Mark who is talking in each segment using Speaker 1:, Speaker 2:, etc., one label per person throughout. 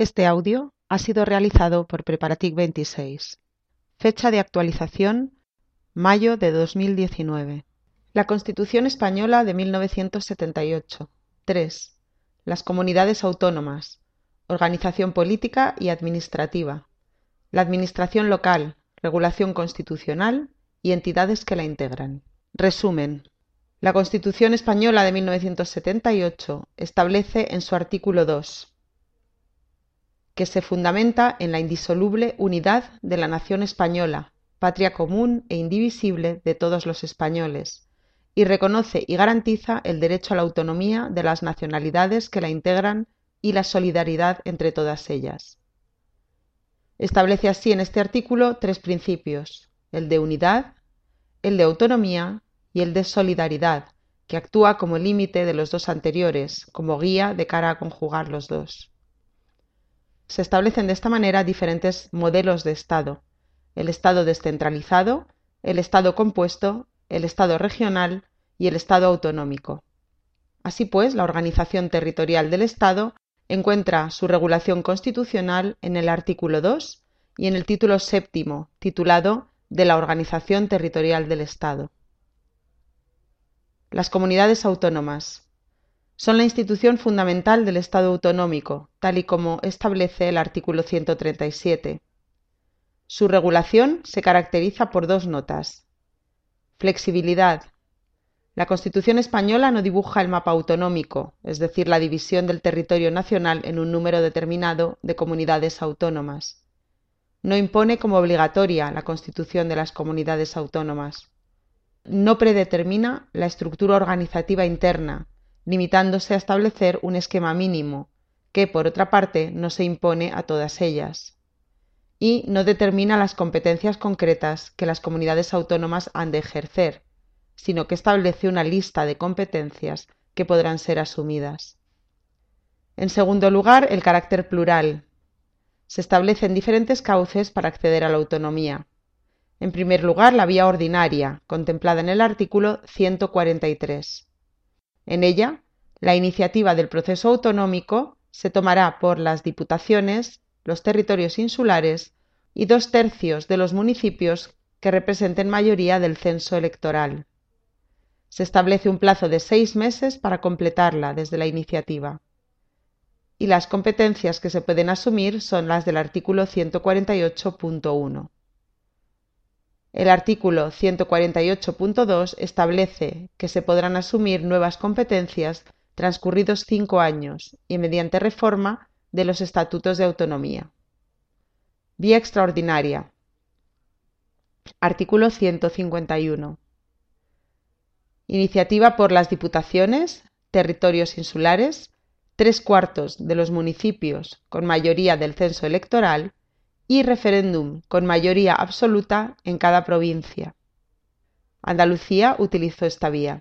Speaker 1: Este audio ha sido realizado por Preparatic 26. Fecha de actualización: mayo de 2019. La Constitución Española de 1978. 3. Las comunidades autónomas. Organización política y administrativa. La administración local, regulación constitucional y entidades que la integran. Resumen. La Constitución Española de 1978 establece en su artículo 2 que se fundamenta en la indisoluble unidad de la nación española, patria común e indivisible de todos los españoles, y reconoce y garantiza el derecho a la autonomía de las nacionalidades que la integran y la solidaridad entre todas ellas. Establece así en este artículo tres principios: el de unidad, el de autonomía y el de solidaridad, que actúa como límite de los dos anteriores, como guía de cara a conjugar los dos. Se establecen de esta manera diferentes modelos de Estado: el Estado descentralizado, el Estado compuesto, el Estado regional y el Estado autonómico. Así pues, la organización territorial del Estado encuentra su regulación constitucional en el artículo 2 y en el título séptimo, titulado de la organización territorial del Estado. Las comunidades autónomas son la institución fundamental del Estado autonómico, tal y como establece el artículo 137. Su regulación se caracteriza por dos notas. Flexibilidad. La Constitución española no dibuja el mapa autonómico, es decir, la división del territorio nacional en un número determinado de comunidades autónomas. No impone como obligatoria la constitución de las comunidades autónomas. No predetermina la estructura organizativa interna, limitándose a establecer un esquema mínimo, que, por otra parte, no se impone a todas ellas. Y no determina las competencias concretas que las comunidades autónomas han de ejercer, sino que establece una lista de competencias que podrán ser asumidas. En segundo lugar, el carácter plural. Se establecen diferentes cauces para acceder a la autonomía. En primer lugar, la vía ordinaria, contemplada en el artículo 143. En ella, la iniciativa del proceso autonómico se tomará por las diputaciones, los territorios insulares y 2/3 de los municipios que representen mayoría del censo electoral. Se establece un plazo de 6 meses para completarla desde la iniciativa. Y las competencias que se pueden asumir son las del artículo 148.1. El artículo 148.2 establece que se podrán asumir nuevas competencias transcurridos 5 años y mediante reforma de los estatutos de autonomía. Vía extraordinaria. Artículo 151. Iniciativa por las diputaciones, territorios insulares, 3/4 de los municipios con mayoría del censo electoral y referéndum con mayoría absoluta en cada provincia. Andalucía utilizó esta vía.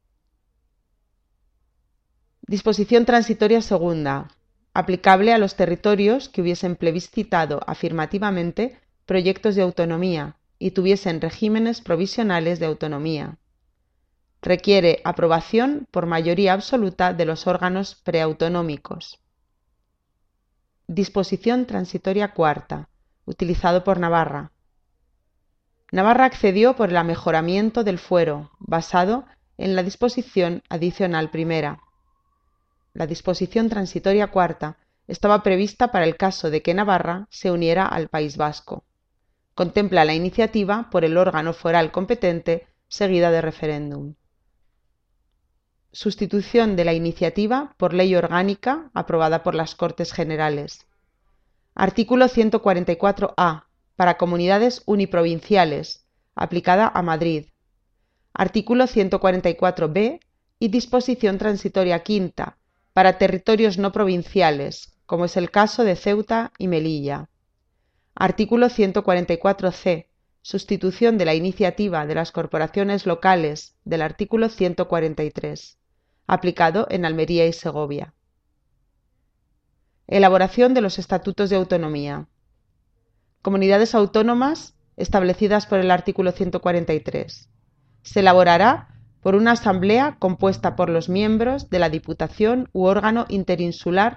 Speaker 1: Disposición transitoria segunda, aplicable a los territorios que hubiesen plebiscitado afirmativamente proyectos de autonomía y tuviesen regímenes provisionales de autonomía. Requiere aprobación por mayoría absoluta de los órganos preautonómicos. Disposición transitoria cuarta, utilizado por Navarra. Navarra accedió por el amejoramiento del fuero, basado en la disposición adicional primera. La disposición transitoria cuarta estaba prevista para el caso de que Navarra se uniera al País Vasco. Contempla la iniciativa por el órgano foral competente seguida de referéndum. Sustitución de la iniciativa por ley orgánica aprobada por las Cortes Generales. Artículo 144a, para comunidades uniprovinciales, aplicada a Madrid. Artículo 144b y disposición transitoria quinta, para territorios no provinciales, como es el caso de Ceuta y Melilla. Artículo 144c, sustitución de la iniciativa de las corporaciones locales del artículo 143, aplicado en Almería y Segovia. Elaboración de los estatutos de autonomía. Comunidades autónomas establecidas por el artículo 143. Se elaborará por una asamblea compuesta por los miembros de la Diputación u órgano interinsular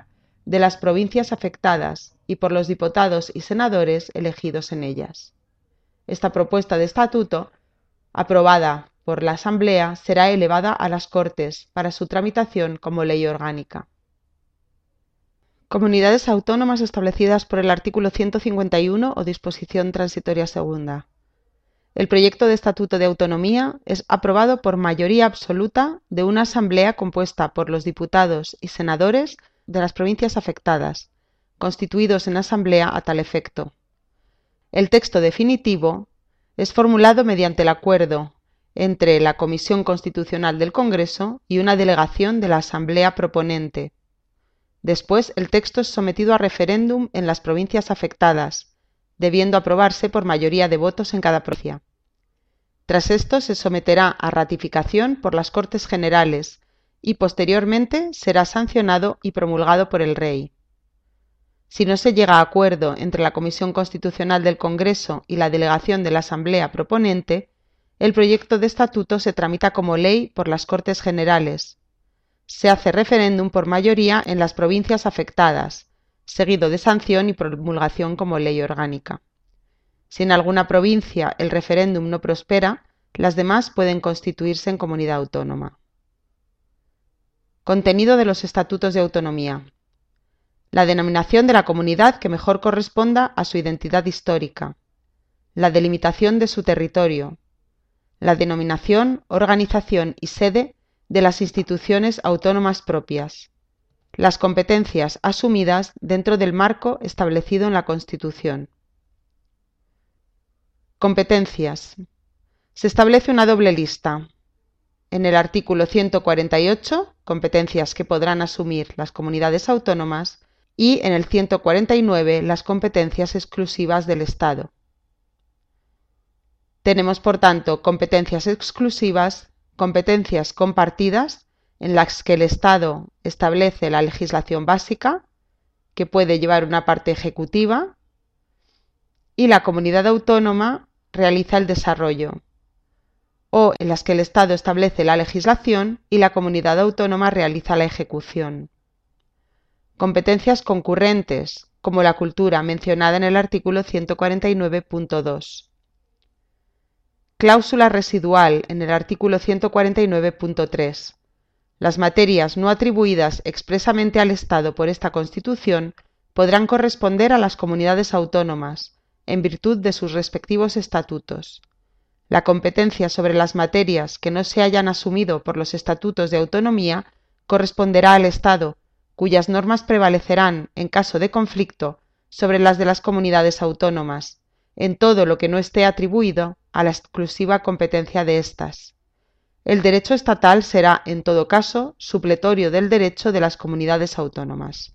Speaker 1: de las provincias afectadas y por los diputados y senadores elegidos en ellas. Esta propuesta de estatuto, aprobada por la Asamblea, será elevada a las Cortes para su tramitación como ley orgánica. Comunidades autónomas establecidas por el artículo 151 o disposición transitoria segunda. El proyecto de Estatuto de Autonomía es aprobado por mayoría absoluta de una asamblea compuesta por los diputados y senadores de las provincias afectadas, constituidos en asamblea a tal efecto. El texto definitivo es formulado mediante el acuerdo entre la Comisión Constitucional del Congreso y una delegación de la asamblea proponente. Después, el texto es sometido a referéndum en las provincias afectadas, debiendo aprobarse por mayoría de votos en cada provincia. Tras esto, se someterá a ratificación por las Cortes Generales y posteriormente será sancionado y promulgado por el Rey. Si no se llega a acuerdo entre la Comisión Constitucional del Congreso y la delegación de la Asamblea proponente, el proyecto de estatuto se tramita como ley por las Cortes Generales. Se hace referéndum por mayoría en las provincias afectadas, seguido de sanción y promulgación como ley orgánica. Si en alguna provincia el referéndum no prospera, las demás pueden constituirse en comunidad autónoma. Contenido de los estatutos de autonomía. La denominación de la comunidad que mejor corresponda a su identidad histórica. La delimitación de su territorio. La denominación, organización y sede de las instituciones autónomas propias. Las competencias asumidas dentro del marco establecido en la Constitución. Competencias. Se establece una doble lista. En el artículo 148, competencias que podrán asumir las comunidades autónomas, y en el 149, las competencias exclusivas del Estado. Tenemos, por tanto, competencias exclusivas, competencias compartidas, en las que el Estado establece la legislación básica, que puede llevar una parte ejecutiva, y la comunidad autónoma realiza el desarrollo, o en las que el Estado establece la legislación y la comunidad autónoma realiza la ejecución. Competencias concurrentes, como la cultura mencionada en el artículo 149.2. Cláusula residual en el artículo 149.3. Las materias no atribuidas expresamente al Estado por esta Constitución podrán corresponder a las comunidades autónomas, en virtud de sus respectivos estatutos. La competencia sobre las materias que no se hayan asumido por los estatutos de autonomía corresponderá al Estado, cuyas normas prevalecerán, en caso de conflicto, sobre las de las comunidades autónomas, en todo lo que no esté atribuido a la exclusiva competencia de éstas. El derecho estatal será, en todo caso, supletorio del derecho de las comunidades autónomas.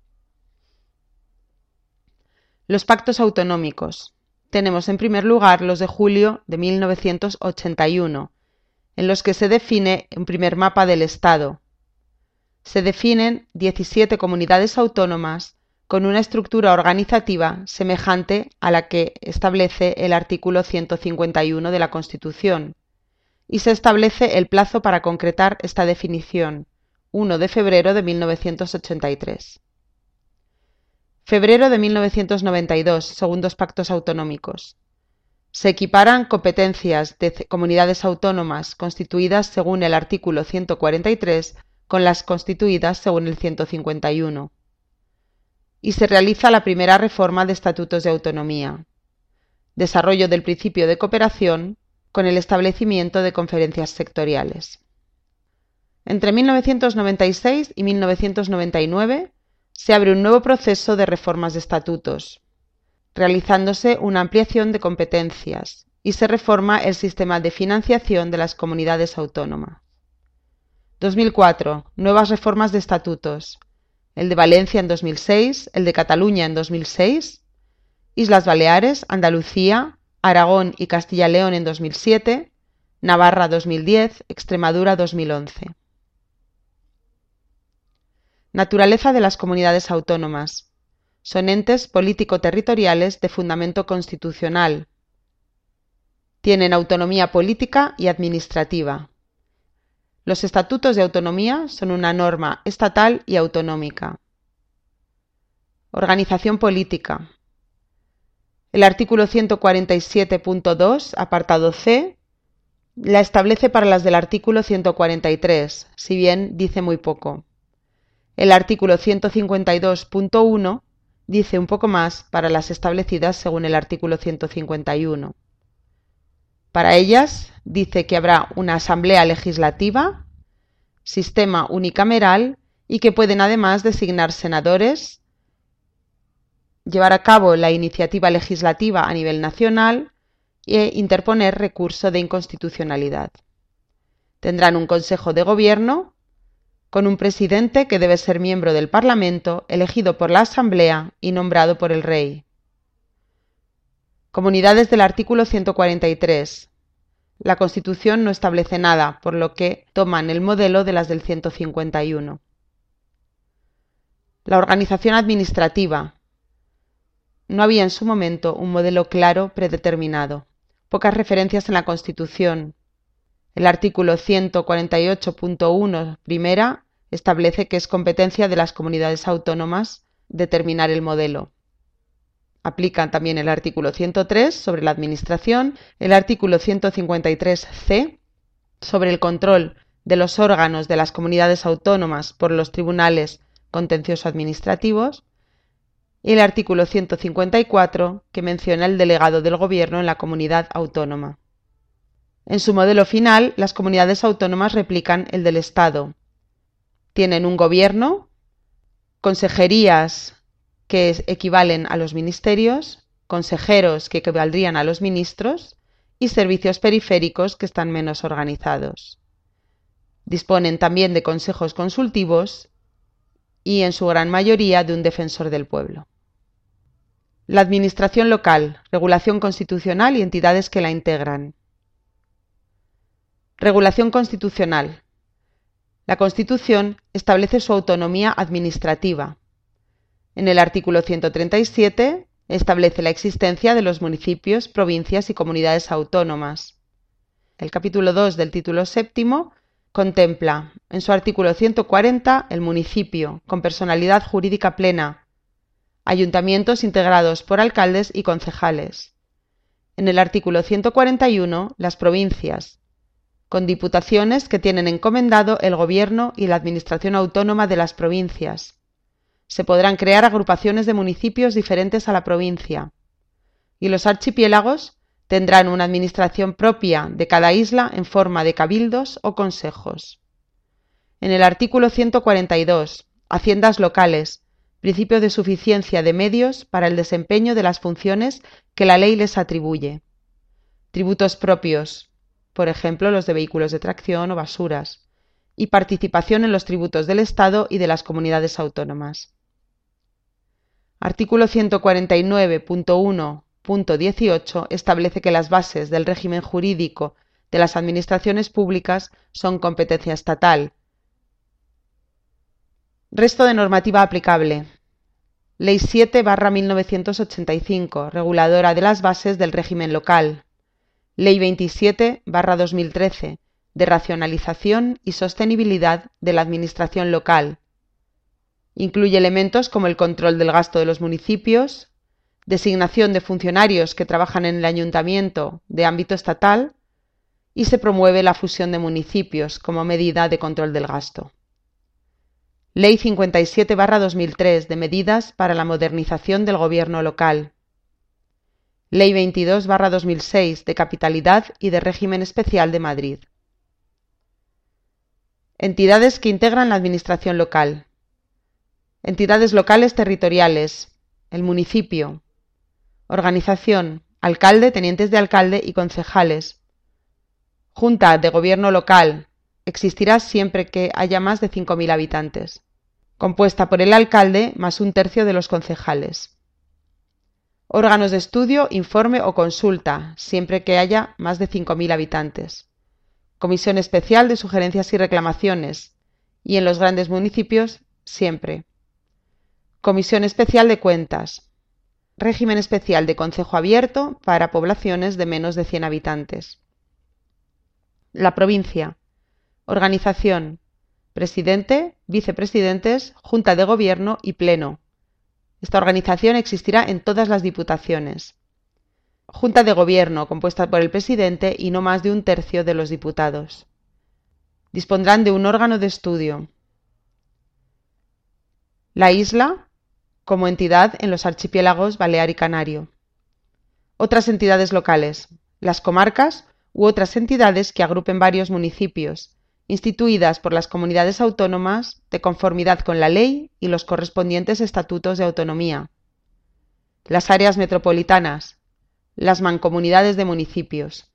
Speaker 1: Los pactos autonómicos. Tenemos en primer lugar los de julio de 1981, en los que se define un primer mapa del Estado. Se definen 17 comunidades autónomas con una estructura organizativa semejante a la que establece el artículo 151 de la Constitución, y se establece el plazo para concretar esta definición, 1 de febrero de 1983. Febrero de 1992, segundos pactos autonómicos. Se equiparan competencias de comunidades autónomas constituidas según el artículo 143 con las constituidas según el 151. Y se realiza la primera reforma de estatutos de autonomía. Desarrollo del principio de cooperación con el establecimiento de conferencias sectoriales. Entre 1996 y 1999 se abre un nuevo proceso de reformas de estatutos, realizándose una ampliación de competencias y se reforma el sistema de financiación de las comunidades autónomas. 2004. Nuevas reformas de estatutos. El de Valencia en 2006, el de Cataluña en 2006, Islas Baleares, Andalucía, Aragón y Castilla-León en 2007, Navarra 2010, Extremadura 2011. Naturaleza de las comunidades autónomas. Son entes político-territoriales de fundamento constitucional. Tienen autonomía política y administrativa. Los estatutos de autonomía son una norma estatal y autonómica. Organización política. El artículo 147.2, apartado C, la establece para las del artículo 143, si bien dice muy poco. El artículo 152.1 dice un poco más para las establecidas según el artículo 151. Para ellas dice que habrá una asamblea legislativa, sistema unicameral y que pueden además designar senadores, llevar a cabo la iniciativa legislativa a nivel nacional e interponer recurso de inconstitucionalidad. Tendrán un consejo de gobierno con un presidente que debe ser miembro del Parlamento, elegido por la Asamblea y nombrado por el Rey. Comunidades del artículo 143. La Constitución no establece nada, por lo que toman el modelo de las del 151. La organización administrativa. No había en su momento un modelo claro predeterminado. Pocas referencias en la Constitución. El artículo 148.1 primera establece que es competencia de las comunidades autónomas determinar el modelo. Aplican también el artículo 103 sobre la administración, el artículo 153c sobre el control de los órganos de las comunidades autónomas por los tribunales contencioso-administrativos y el artículo 154 que menciona el delegado del gobierno en la comunidad autónoma. En su modelo final, las comunidades autónomas replican el del Estado. Tienen un gobierno, consejerías que equivalen a los ministerios, consejeros que equivaldrían a los ministros y servicios periféricos que están menos organizados. Disponen también de consejos consultivos y en su gran mayoría de un defensor del pueblo. La administración local, regulación constitucional y entidades que la integran. Regulación constitucional. La Constitución establece su autonomía administrativa. En el artículo 137 establece la existencia de los municipios, provincias y comunidades autónomas. El capítulo 2 del título séptimo contempla, en su artículo 140, el municipio, con personalidad jurídica plena, ayuntamientos integrados por alcaldes y concejales. En el artículo 141, las provincias, con diputaciones que tienen encomendado el gobierno y la administración autónoma de las provincias. Se podrán crear agrupaciones de municipios diferentes a la provincia. Y los archipiélagos tendrán una administración propia de cada isla en forma de cabildos o consejos. En el artículo 142, haciendas locales, principio de suficiencia de medios para el desempeño de las funciones que la ley les atribuye. Tributos propios, por ejemplo los de vehículos de tracción o basuras, y participación en los tributos del Estado y de las comunidades autónomas. Artículo 149.1.18 establece que las bases del régimen jurídico de las administraciones públicas son competencia estatal. Resto de normativa aplicable. Ley 7/1985, reguladora de las bases del régimen local. Ley 27/2013, de racionalización y sostenibilidad de la administración local. Incluye elementos como el control del gasto de los municipios, designación de funcionarios que trabajan en el ayuntamiento de ámbito estatal y se promueve la fusión de municipios como medida de control del gasto. Ley 57/2003 de medidas para la modernización del gobierno local. Ley 22/2006 de capitalidad y de régimen especial de Madrid. Entidades que integran la administración local. Entidades locales territoriales. El municipio. Organización. Alcalde, tenientes de alcalde y concejales. Junta de gobierno local. Existirá siempre que haya más de 5.000 habitantes. Compuesta por el alcalde más un tercio de los concejales. Órganos de estudio, informe o consulta, siempre que haya más de 5.000 habitantes. Comisión especial de sugerencias y reclamaciones, y en los grandes municipios, siempre. Comisión especial de cuentas. Régimen especial de concejo abierto para poblaciones de menos de 100 habitantes. La provincia. Organización. Presidente, vicepresidentes, Junta de Gobierno y Pleno. Esta organización existirá en todas las diputaciones. Junta de Gobierno, compuesta por el presidente y no más de un tercio de los diputados. Dispondrán de un órgano de estudio. La isla, como entidad en los archipiélagos Balear y Canario. Otras entidades locales, las comarcas u otras entidades que agrupen varios municipios, instituidas por las comunidades autónomas de conformidad con la ley y los correspondientes estatutos de autonomía. Las áreas metropolitanas, las mancomunidades de municipios.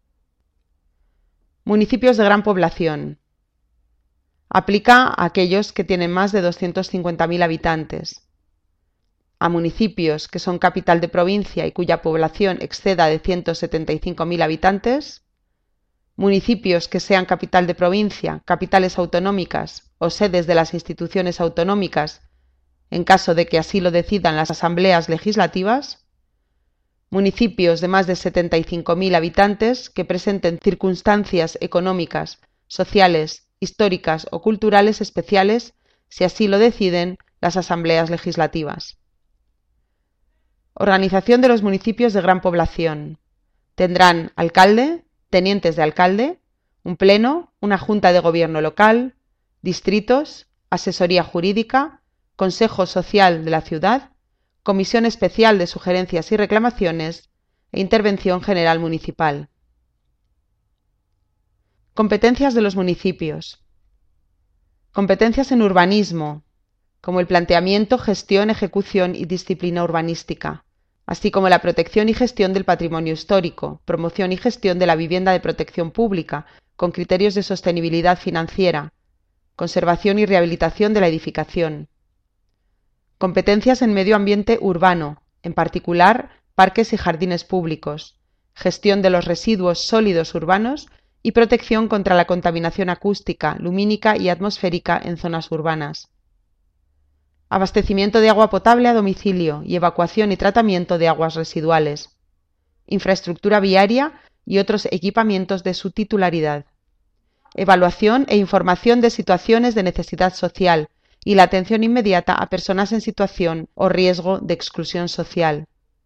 Speaker 1: Municipios de gran población. Aplica a aquellos que tienen más de 250.000 habitantes. A municipios que son capital de provincia y cuya población exceda de 175.000 habitantes. Municipios que sean capital de provincia, capitales autonómicas o sedes de las instituciones autonómicas, en caso de que así lo decidan las asambleas legislativas. Municipios de más de 75.000 habitantes que presenten circunstancias económicas, sociales, históricas o culturales especiales, si así lo deciden las asambleas legislativas. Organización de los municipios de gran población. Tendrán alcalde, tenientes de alcalde, un pleno, una junta de gobierno local, distritos, asesoría jurídica, consejo social de la ciudad, comisión especial de sugerencias y reclamaciones e intervención general municipal. Competencias de los municipios. Competencias en urbanismo, como el planteamiento, gestión, ejecución y disciplina urbanística, así como la protección y gestión del patrimonio histórico, promoción y gestión de la vivienda de protección pública, con criterios de sostenibilidad financiera, conservación y rehabilitación de la edificación. Competencias en medio ambiente urbano, en particular parques y jardines públicos, gestión de los residuos sólidos urbanos y protección contra la contaminación acústica, lumínica y atmosférica en zonas urbanas. Abastecimiento de agua potable a domicilio y evacuación y tratamiento de aguas residuales. Infraestructura viaria y otros equipamientos de su titularidad. Evaluación e información de situaciones de necesidad social y la atención inmediata a personas en situación o riesgo de exclusión social.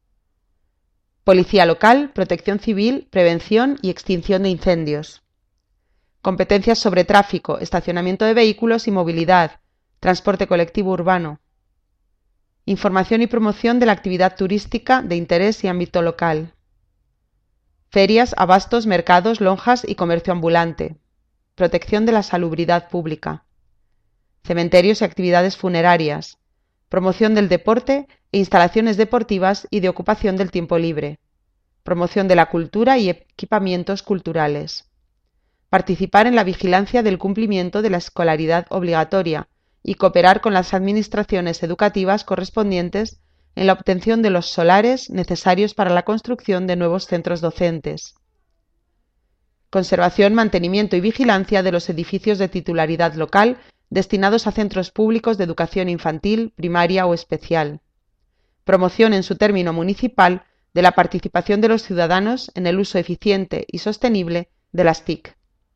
Speaker 1: Policía local, protección civil, prevención y extinción de incendios. Competencias sobre tráfico, estacionamiento de vehículos y movilidad, transporte colectivo urbano. Información y promoción de la actividad turística de interés y ámbito local. Ferias, abastos, mercados, lonjas y comercio ambulante. Protección de la salubridad pública. Cementerios y actividades funerarias. Promoción del deporte e instalaciones deportivas y de ocupación del tiempo libre. Promoción de la cultura y equipamientos culturales. Participar en la vigilancia del cumplimiento de la escolaridad obligatoria y cooperar con las administraciones educativas correspondientes en la obtención de los solares necesarios para la construcción de nuevos centros docentes. Conservación, mantenimiento y vigilancia de los edificios de titularidad local destinados a centros públicos de educación infantil, primaria o especial. Promoción en su término municipal de la participación de los ciudadanos en el uso eficiente y sostenible de las TIC.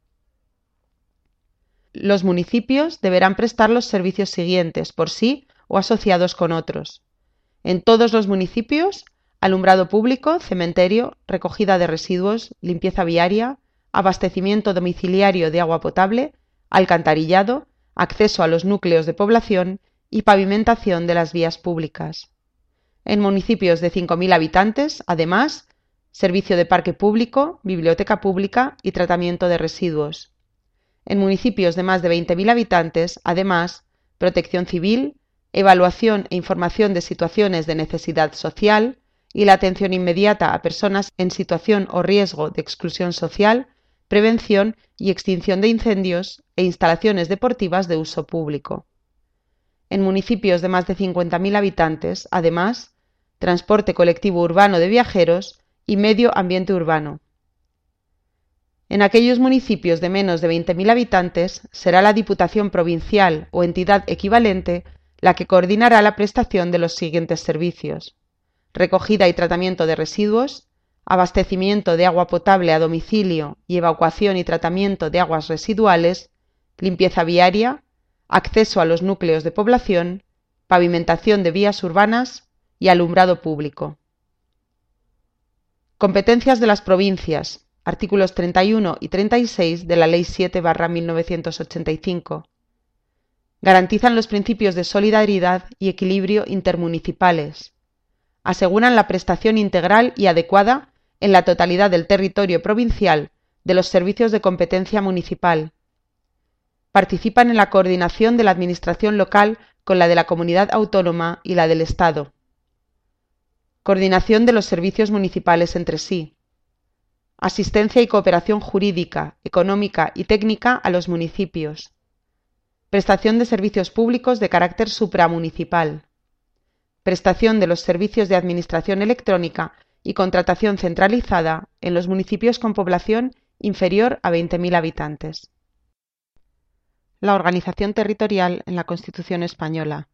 Speaker 1: Los municipios deberán prestar los servicios siguientes por sí o asociados con otros. En todos los municipios, alumbrado público, cementerio, recogida de residuos, limpieza viaria, abastecimiento domiciliario de agua potable, alcantarillado, acceso a los núcleos de población y pavimentación de las vías públicas. En municipios de 5.000 habitantes, además, servicio de parque público, biblioteca pública y tratamiento de residuos. En municipios de más de 20.000 habitantes, además, protección civil, evaluación e información de situaciones de necesidad social y la atención inmediata a personas en situación o riesgo de exclusión social, prevención y extinción de incendios e instalaciones deportivas de uso público. En municipios de más de 50.000 habitantes, además, transporte colectivo urbano de viajeros y medio ambiente urbano. En aquellos municipios de menos de 20.000 habitantes, será la Diputación Provincial o entidad equivalente la que coordinará la prestación de los siguientes servicios: recogida y tratamiento de residuos, abastecimiento de agua potable a domicilio y evacuación y tratamiento de aguas residuales, limpieza viaria, acceso a los núcleos de población pavimentación de vías urbanas y alumbrado público. Competencias de las provincias, artículos 31 y 36 de la Ley 7/1985. Garantizan los principios de solidaridad y equilibrio intermunicipales. Aseguran la prestación integral y adecuada en la totalidad del territorio provincial de los servicios de competencia municipal. Participan en la coordinación de la administración local con la de la comunidad autónoma y la del Estado. Coordinación de los servicios municipales entre sí. Asistencia y cooperación jurídica, económica y técnica a los municipios. Prestación de servicios públicos de carácter supramunicipal. Prestación de los servicios de administración electrónica y contratación centralizada en los municipios con población inferior a 20.000 habitantes. La organización territorial en la Constitución española.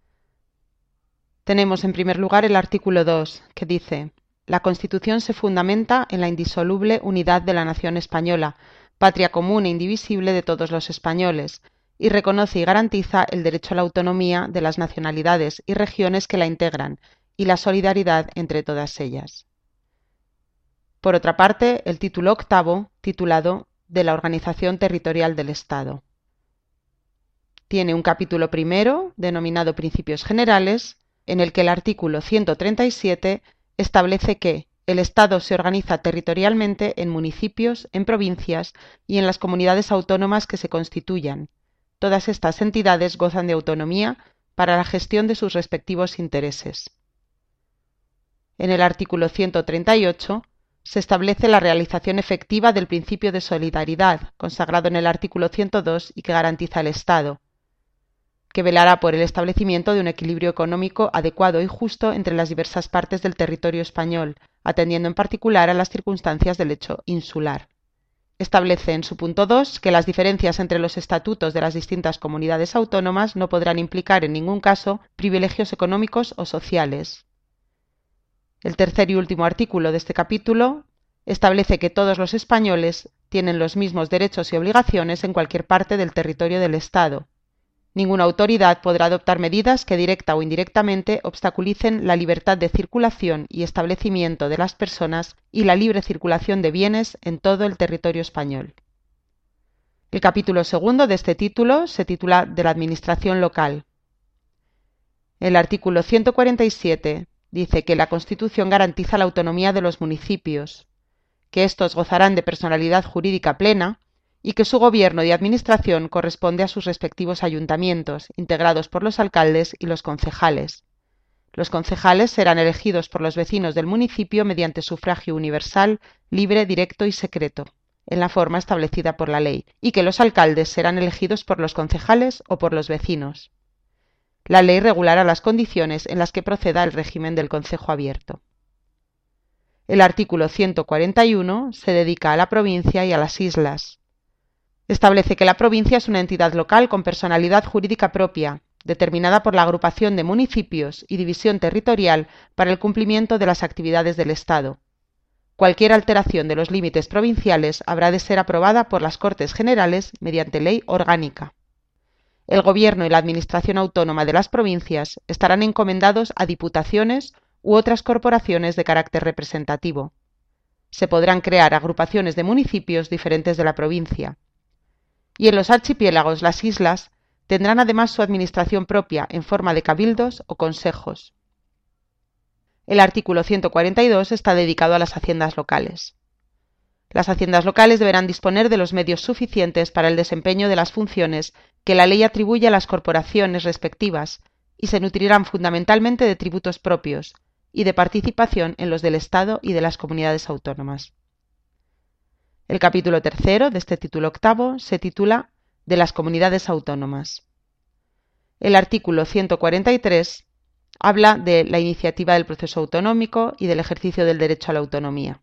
Speaker 1: Tenemos en primer lugar el artículo 2, que dice: la Constitución se fundamenta en la indisoluble unidad de la nación española, patria común e indivisible de todos los españoles, y reconoce y garantiza el derecho a la autonomía de las nacionalidades y regiones que la integran, y la solidaridad entre todas ellas. Por otra parte, el título octavo, titulado de la Organización Territorial del Estado. Tiene un capítulo primero, denominado Principios Generales, en el que el artículo 137 establece que el Estado se organiza territorialmente en municipios, en provincias y en las comunidades autónomas que se constituyan. Todas estas entidades gozan de autonomía para la gestión de sus respectivos intereses. En el artículo 138 se establece la realización efectiva del principio de solidaridad, consagrado en el artículo 102 y que garantiza el Estado, que velará por el establecimiento de un equilibrio económico adecuado y justo entre las diversas partes del territorio español, atendiendo en particular a las circunstancias del hecho insular. Establece en su punto 2 que las diferencias entre los estatutos de las distintas comunidades autónomas no podrán implicar en ningún caso privilegios económicos o sociales. El tercer y último artículo de este capítulo establece que todos los españoles tienen los mismos derechos y obligaciones en cualquier parte del territorio del Estado. Ninguna autoridad podrá adoptar medidas que directa o indirectamente obstaculicen la libertad de circulación y establecimiento de las personas y la libre circulación de bienes en todo el territorio español. El capítulo segundo de este título se titula de la Administración local. El artículo 147 dice que la Constitución garantiza la autonomía de los municipios, que éstos gozarán de personalidad jurídica plena y que su gobierno y administración corresponde a sus respectivos ayuntamientos, integrados por los alcaldes y los concejales. Los concejales serán elegidos por los vecinos del municipio mediante sufragio universal, libre, directo y secreto, en la forma establecida por la ley, y que los alcaldes serán elegidos por los concejales o por los vecinos. La ley regulará las condiciones en las que proceda el régimen del concejo abierto. El artículo 141 se dedica a la provincia y a las islas. Establece que la provincia es una entidad local con personalidad jurídica propia, determinada por la agrupación de municipios y división territorial para el cumplimiento de las actividades del Estado. Cualquier alteración de los límites provinciales habrá de ser aprobada por las Cortes Generales mediante ley orgánica. El gobierno y la administración autónoma de las provincias estarán encomendados a diputaciones u otras corporaciones de carácter representativo. Se podrán crear agrupaciones de municipios diferentes de la provincia. Y en los archipiélagos, las islas, tendrán además su administración propia en forma de cabildos o consejos. El artículo 142 está dedicado a las haciendas locales. Las haciendas locales deberán disponer de los medios suficientes para el desempeño de las funciones que la ley atribuye a las corporaciones respectivas y se nutrirán fundamentalmente de tributos propios y de participación en los del Estado y de las comunidades autónomas. El capítulo tercero de este título octavo se titula de las comunidades autónomas. El artículo 143 habla de la iniciativa del proceso autonómico y del ejercicio del derecho a la autonomía.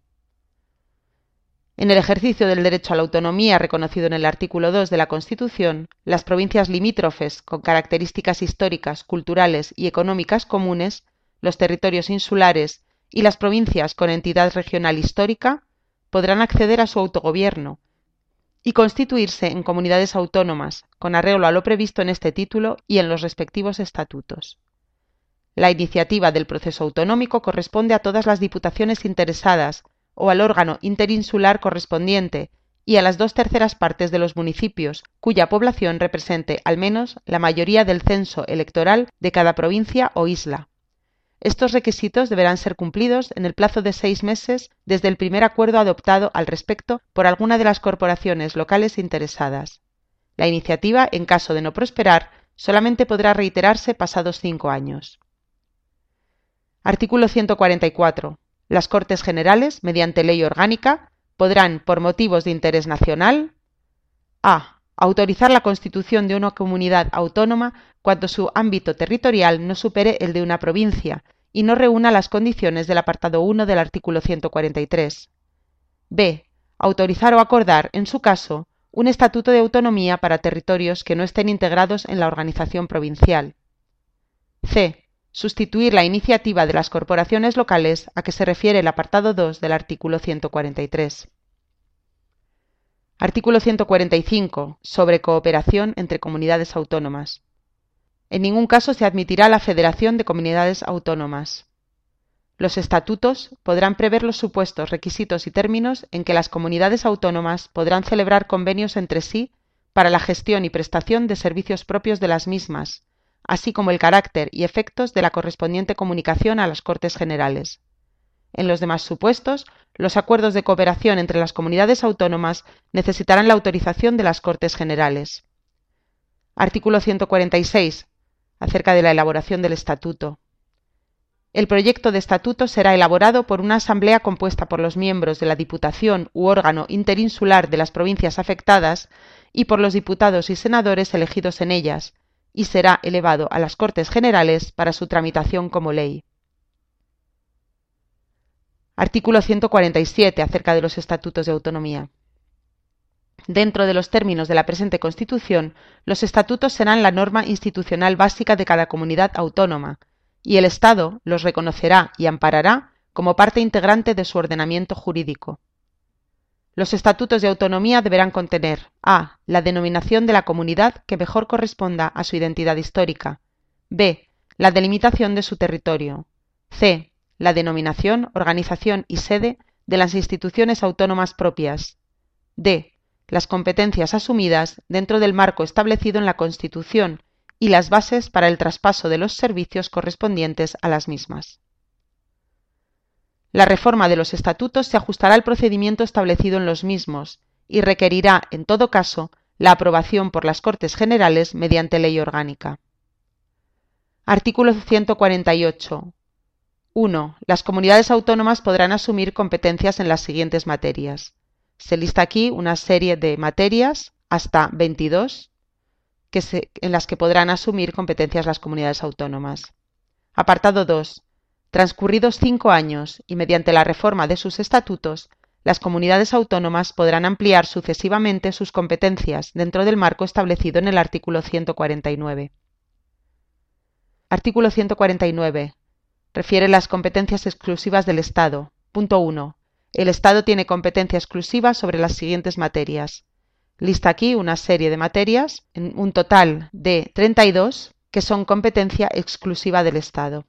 Speaker 1: En el ejercicio del derecho a la autonomía reconocido en el artículo 2 de la Constitución, las provincias limítrofes con características históricas, culturales y económicas comunes, los territorios insulares y las provincias con entidad regional histórica podrán acceder a su autogobierno y constituirse en comunidades autónomas, con arreglo a lo previsto en este título y en los respectivos estatutos. La iniciativa del proceso autonómico corresponde a todas las diputaciones interesadas o al órgano interinsular correspondiente y a las 2/3 partes de los municipios cuya población represente al menos la mayoría del censo electoral de cada provincia o isla. Estos requisitos deberán ser cumplidos en el plazo de 6 meses desde el primer acuerdo adoptado al respecto por alguna de las corporaciones locales interesadas. La iniciativa, en caso de no prosperar, solamente podrá reiterarse pasados 5 años. Artículo 144. Las Cortes Generales, mediante ley orgánica, podrán, por motivos de interés nacional, a. Autorizar la constitución de una comunidad autónoma cuando su ámbito territorial no supere el de una provincia y no reúna las condiciones del apartado 1 del artículo 143. B. Autorizar o acordar, en su caso, un estatuto de autonomía para territorios que no estén integrados en la organización provincial. C. Sustituir la iniciativa de las corporaciones locales a que se refiere el apartado 2 del artículo 143. Artículo 145. Sobre cooperación entre comunidades autónomas. En ningún caso se admitirá la federación de comunidades autónomas. Los estatutos podrán prever los supuestos, requisitos y términos en que las comunidades autónomas podrán celebrar convenios entre sí para la gestión y prestación de servicios propios de las mismas, así como el carácter y efectos de la correspondiente comunicación a las Cortes Generales. En los demás supuestos, los acuerdos de cooperación entre las comunidades autónomas necesitarán la autorización de las Cortes Generales. Artículo 146. Acerca de la elaboración del estatuto. El proyecto de estatuto será elaborado por una asamblea compuesta por los miembros de la Diputación u órgano interinsular de las provincias afectadas y por los diputados y senadores elegidos en ellas, y será elevado a las Cortes Generales para su tramitación como ley. Artículo 147. Acerca de los estatutos de autonomía. Dentro de los términos de la presente Constitución, los estatutos serán la norma institucional básica de cada comunidad autónoma, y el Estado los reconocerá y amparará como parte integrante de su ordenamiento jurídico. Los estatutos de autonomía deberán contener a. La denominación de la comunidad que mejor corresponda a su identidad histórica, b. La delimitación de su territorio, c. La denominación, organización y sede de las instituciones autónomas propias, d. Las competencias asumidas dentro del marco establecido en la Constitución y las bases para el traspaso de los servicios correspondientes a las mismas. La reforma de los estatutos se ajustará al procedimiento establecido en los mismos y requerirá, en todo caso, la aprobación por las Cortes Generales mediante ley orgánica. Artículo 148. 1. Las comunidades autónomas podrán asumir competencias en las siguientes materias. Se lista aquí una serie de materias, hasta 22, en las que podrán asumir competencias las comunidades autónomas. Apartado 2. Transcurridos 5 años y mediante la reforma de sus estatutos, las comunidades autónomas podrán ampliar sucesivamente sus competencias dentro del marco establecido en el artículo 149. Artículo 149. Refiere las competencias exclusivas del Estado. Punto 1. El Estado tiene competencia exclusiva sobre las siguientes materias. Lista aquí una serie de materias, en un total de 32, que son competencia exclusiva del Estado.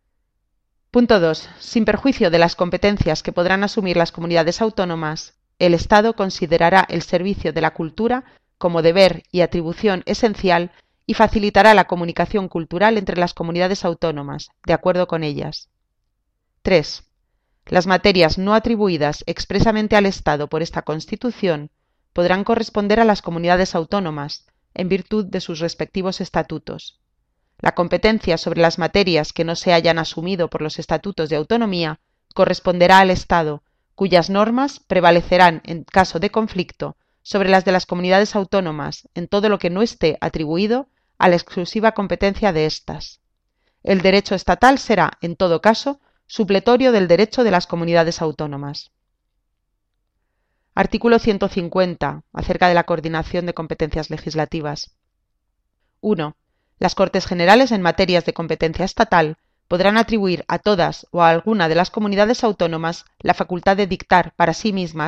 Speaker 1: Punto 2. Sin perjuicio de las competencias que podrán asumir las comunidades autónomas, el Estado considerará el servicio de la cultura como deber y atribución esencial y facilitará la comunicación cultural entre las comunidades autónomas, de acuerdo con ellas. 3. Las materias no atribuidas expresamente al Estado por esta Constitución podrán corresponder a las comunidades autónomas, en virtud de sus respectivos estatutos. La competencia sobre las materias que no se hayan asumido por los estatutos de autonomía corresponderá al Estado, cuyas normas prevalecerán en caso de conflicto sobre las de las comunidades autónomas en todo lo que no esté atribuido a la exclusiva competencia de éstas. El derecho estatal será, en todo caso, supletorio del derecho de las comunidades autónomas. Artículo 150. Acerca de la coordinación de competencias legislativas. 1. Las Cortes Generales en materias de competencia estatal podrán atribuir a todas o a alguna de las comunidades autónomas la facultad de dictar para sí mismas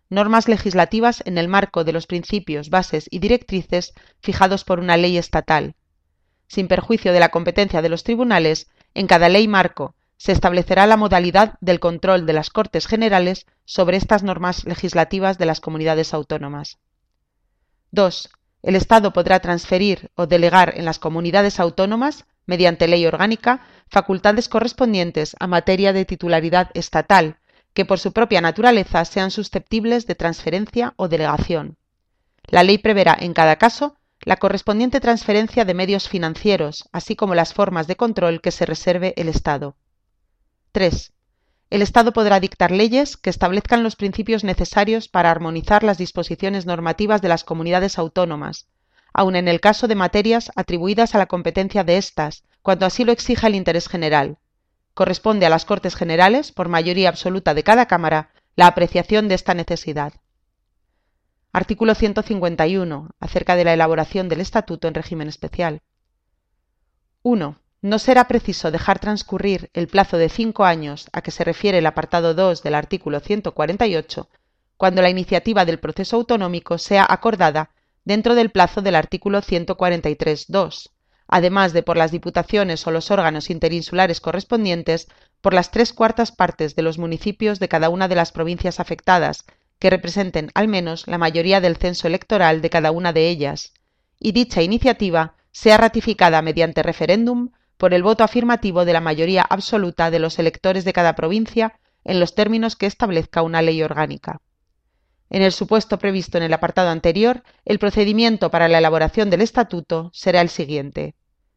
Speaker 1: normas legislativas en el marco de los principios, bases y directrices fijados por una ley estatal. Sin perjuicio de la competencia de los tribunales, en cada ley marco se establecerá la modalidad del control de las Cortes Generales sobre estas normas legislativas de las comunidades autónomas. 2. El Estado podrá transferir o delegar en las comunidades autónomas, mediante ley orgánica, facultades correspondientes a materia de titularidad estatal, que por su propia naturaleza sean susceptibles de transferencia o delegación. La ley preverá, en cada caso, la correspondiente transferencia de medios financieros, así como las formas de control que se reserve el Estado. 3. El Estado podrá dictar leyes que establezcan los principios necesarios para armonizar las disposiciones normativas de las comunidades autónomas, aun en el caso de materias atribuidas a la competencia de éstas, cuando así lo exija el interés general. Corresponde a las Cortes Generales, por mayoría absoluta de cada Cámara, la apreciación de esta necesidad. Artículo 151. Acerca de la elaboración del Estatuto en régimen especial. 1. No será preciso dejar transcurrir el plazo de 5 años a que se refiere el apartado 2 del artículo 148, cuando la iniciativa del proceso autonómico sea acordada dentro del plazo del artículo 143.2, además de por las diputaciones o los órganos interinsulares correspondientes, por las 3/4 partes de los municipios de cada una de las provincias afectadas, que representen al menos la mayoría del censo electoral de cada una de ellas, y dicha iniciativa sea ratificada mediante referéndum por el voto afirmativo de la mayoría absoluta de los electores de cada provincia en los términos que establezca una ley orgánica. En el supuesto previsto en el apartado anterior, el procedimiento para la elaboración del Estatuto será el siguiente.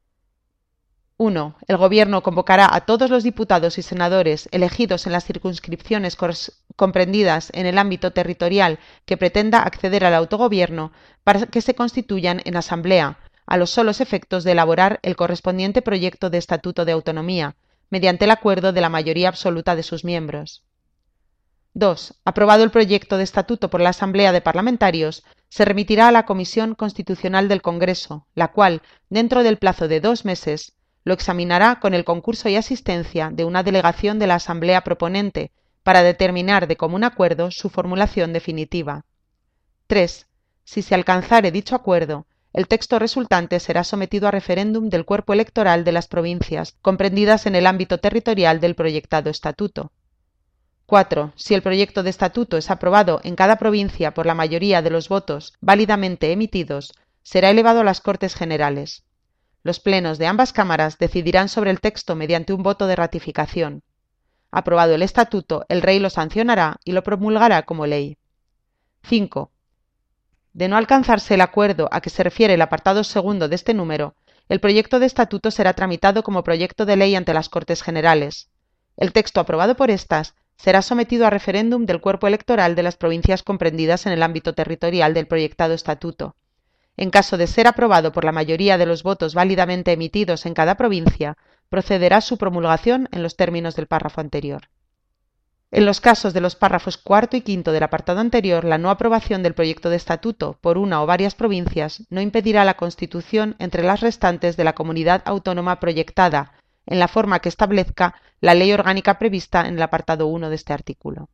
Speaker 1: 1. El Gobierno convocará a todos los diputados y senadores elegidos en las circunscripciones comprendidas en el ámbito territorial que pretenda acceder al autogobierno para que se constituyan en asamblea, a los solos efectos de elaborar el correspondiente proyecto de Estatuto de Autonomía, mediante el acuerdo de la mayoría absoluta de sus miembros. 2. Aprobado el proyecto de Estatuto por la Asamblea de Parlamentarios, se remitirá a la Comisión Constitucional del Congreso, la cual, dentro del plazo de 2 meses, lo examinará con el concurso y asistencia de una delegación de la Asamblea proponente para determinar de común acuerdo su formulación definitiva. 3. Si se alcanzare dicho acuerdo, el texto resultante será sometido a referéndum del cuerpo electoral de las provincias comprendidas en el ámbito territorial del proyectado estatuto. 4. Si el proyecto de estatuto es aprobado en cada provincia por la mayoría de los votos válidamente emitidos, será elevado a las Cortes Generales. Los plenos de ambas cámaras decidirán sobre el texto mediante un voto de ratificación. Aprobado el estatuto, el Rey lo sancionará y lo promulgará como ley. 5. De no alcanzarse el acuerdo a que se refiere el apartado segundo de este número, el proyecto de estatuto será tramitado como proyecto de ley ante las Cortes Generales. El texto aprobado por éstas será sometido a referéndum del cuerpo electoral de las provincias comprendidas en el ámbito territorial del proyectado estatuto. En caso de ser aprobado por la mayoría de los votos válidamente emitidos en cada provincia, procederá su promulgación en los términos del párrafo anterior. En los casos de los párrafos cuarto y quinto del apartado anterior, la no aprobación del proyecto de estatuto por una o varias provincias no impedirá la constitución entre las restantes de la comunidad autónoma proyectada, en la forma que establezca la ley orgánica prevista en el apartado 1 de este artículo.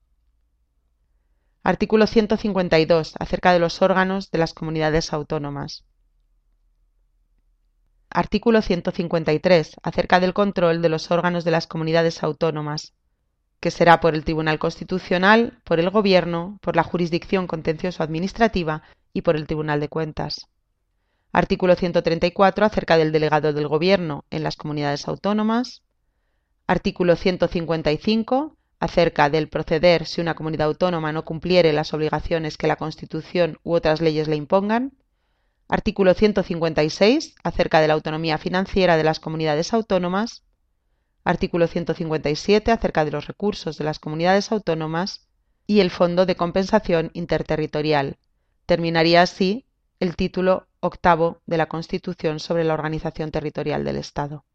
Speaker 1: Artículo 152. Acerca de los órganos de las comunidades autónomas. Artículo 153. Acerca del control de los órganos de las comunidades autónomas, que será por el Tribunal Constitucional, por el Gobierno, por la Jurisdicción Contencioso-Administrativa y por el Tribunal de Cuentas. Artículo 134. Acerca del delegado del Gobierno en las comunidades autónomas. Artículo 155. Acerca del proceder si una comunidad autónoma no cumpliere las obligaciones que la Constitución u otras leyes le impongan. Artículo 156. Acerca de la autonomía financiera de las comunidades autónomas. Artículo 157. Acerca de los recursos de las comunidades autónomas. Y el Fondo de Compensación Interterritorial. Terminaría así el título octavo de la Constitución sobre la organización territorial del Estado.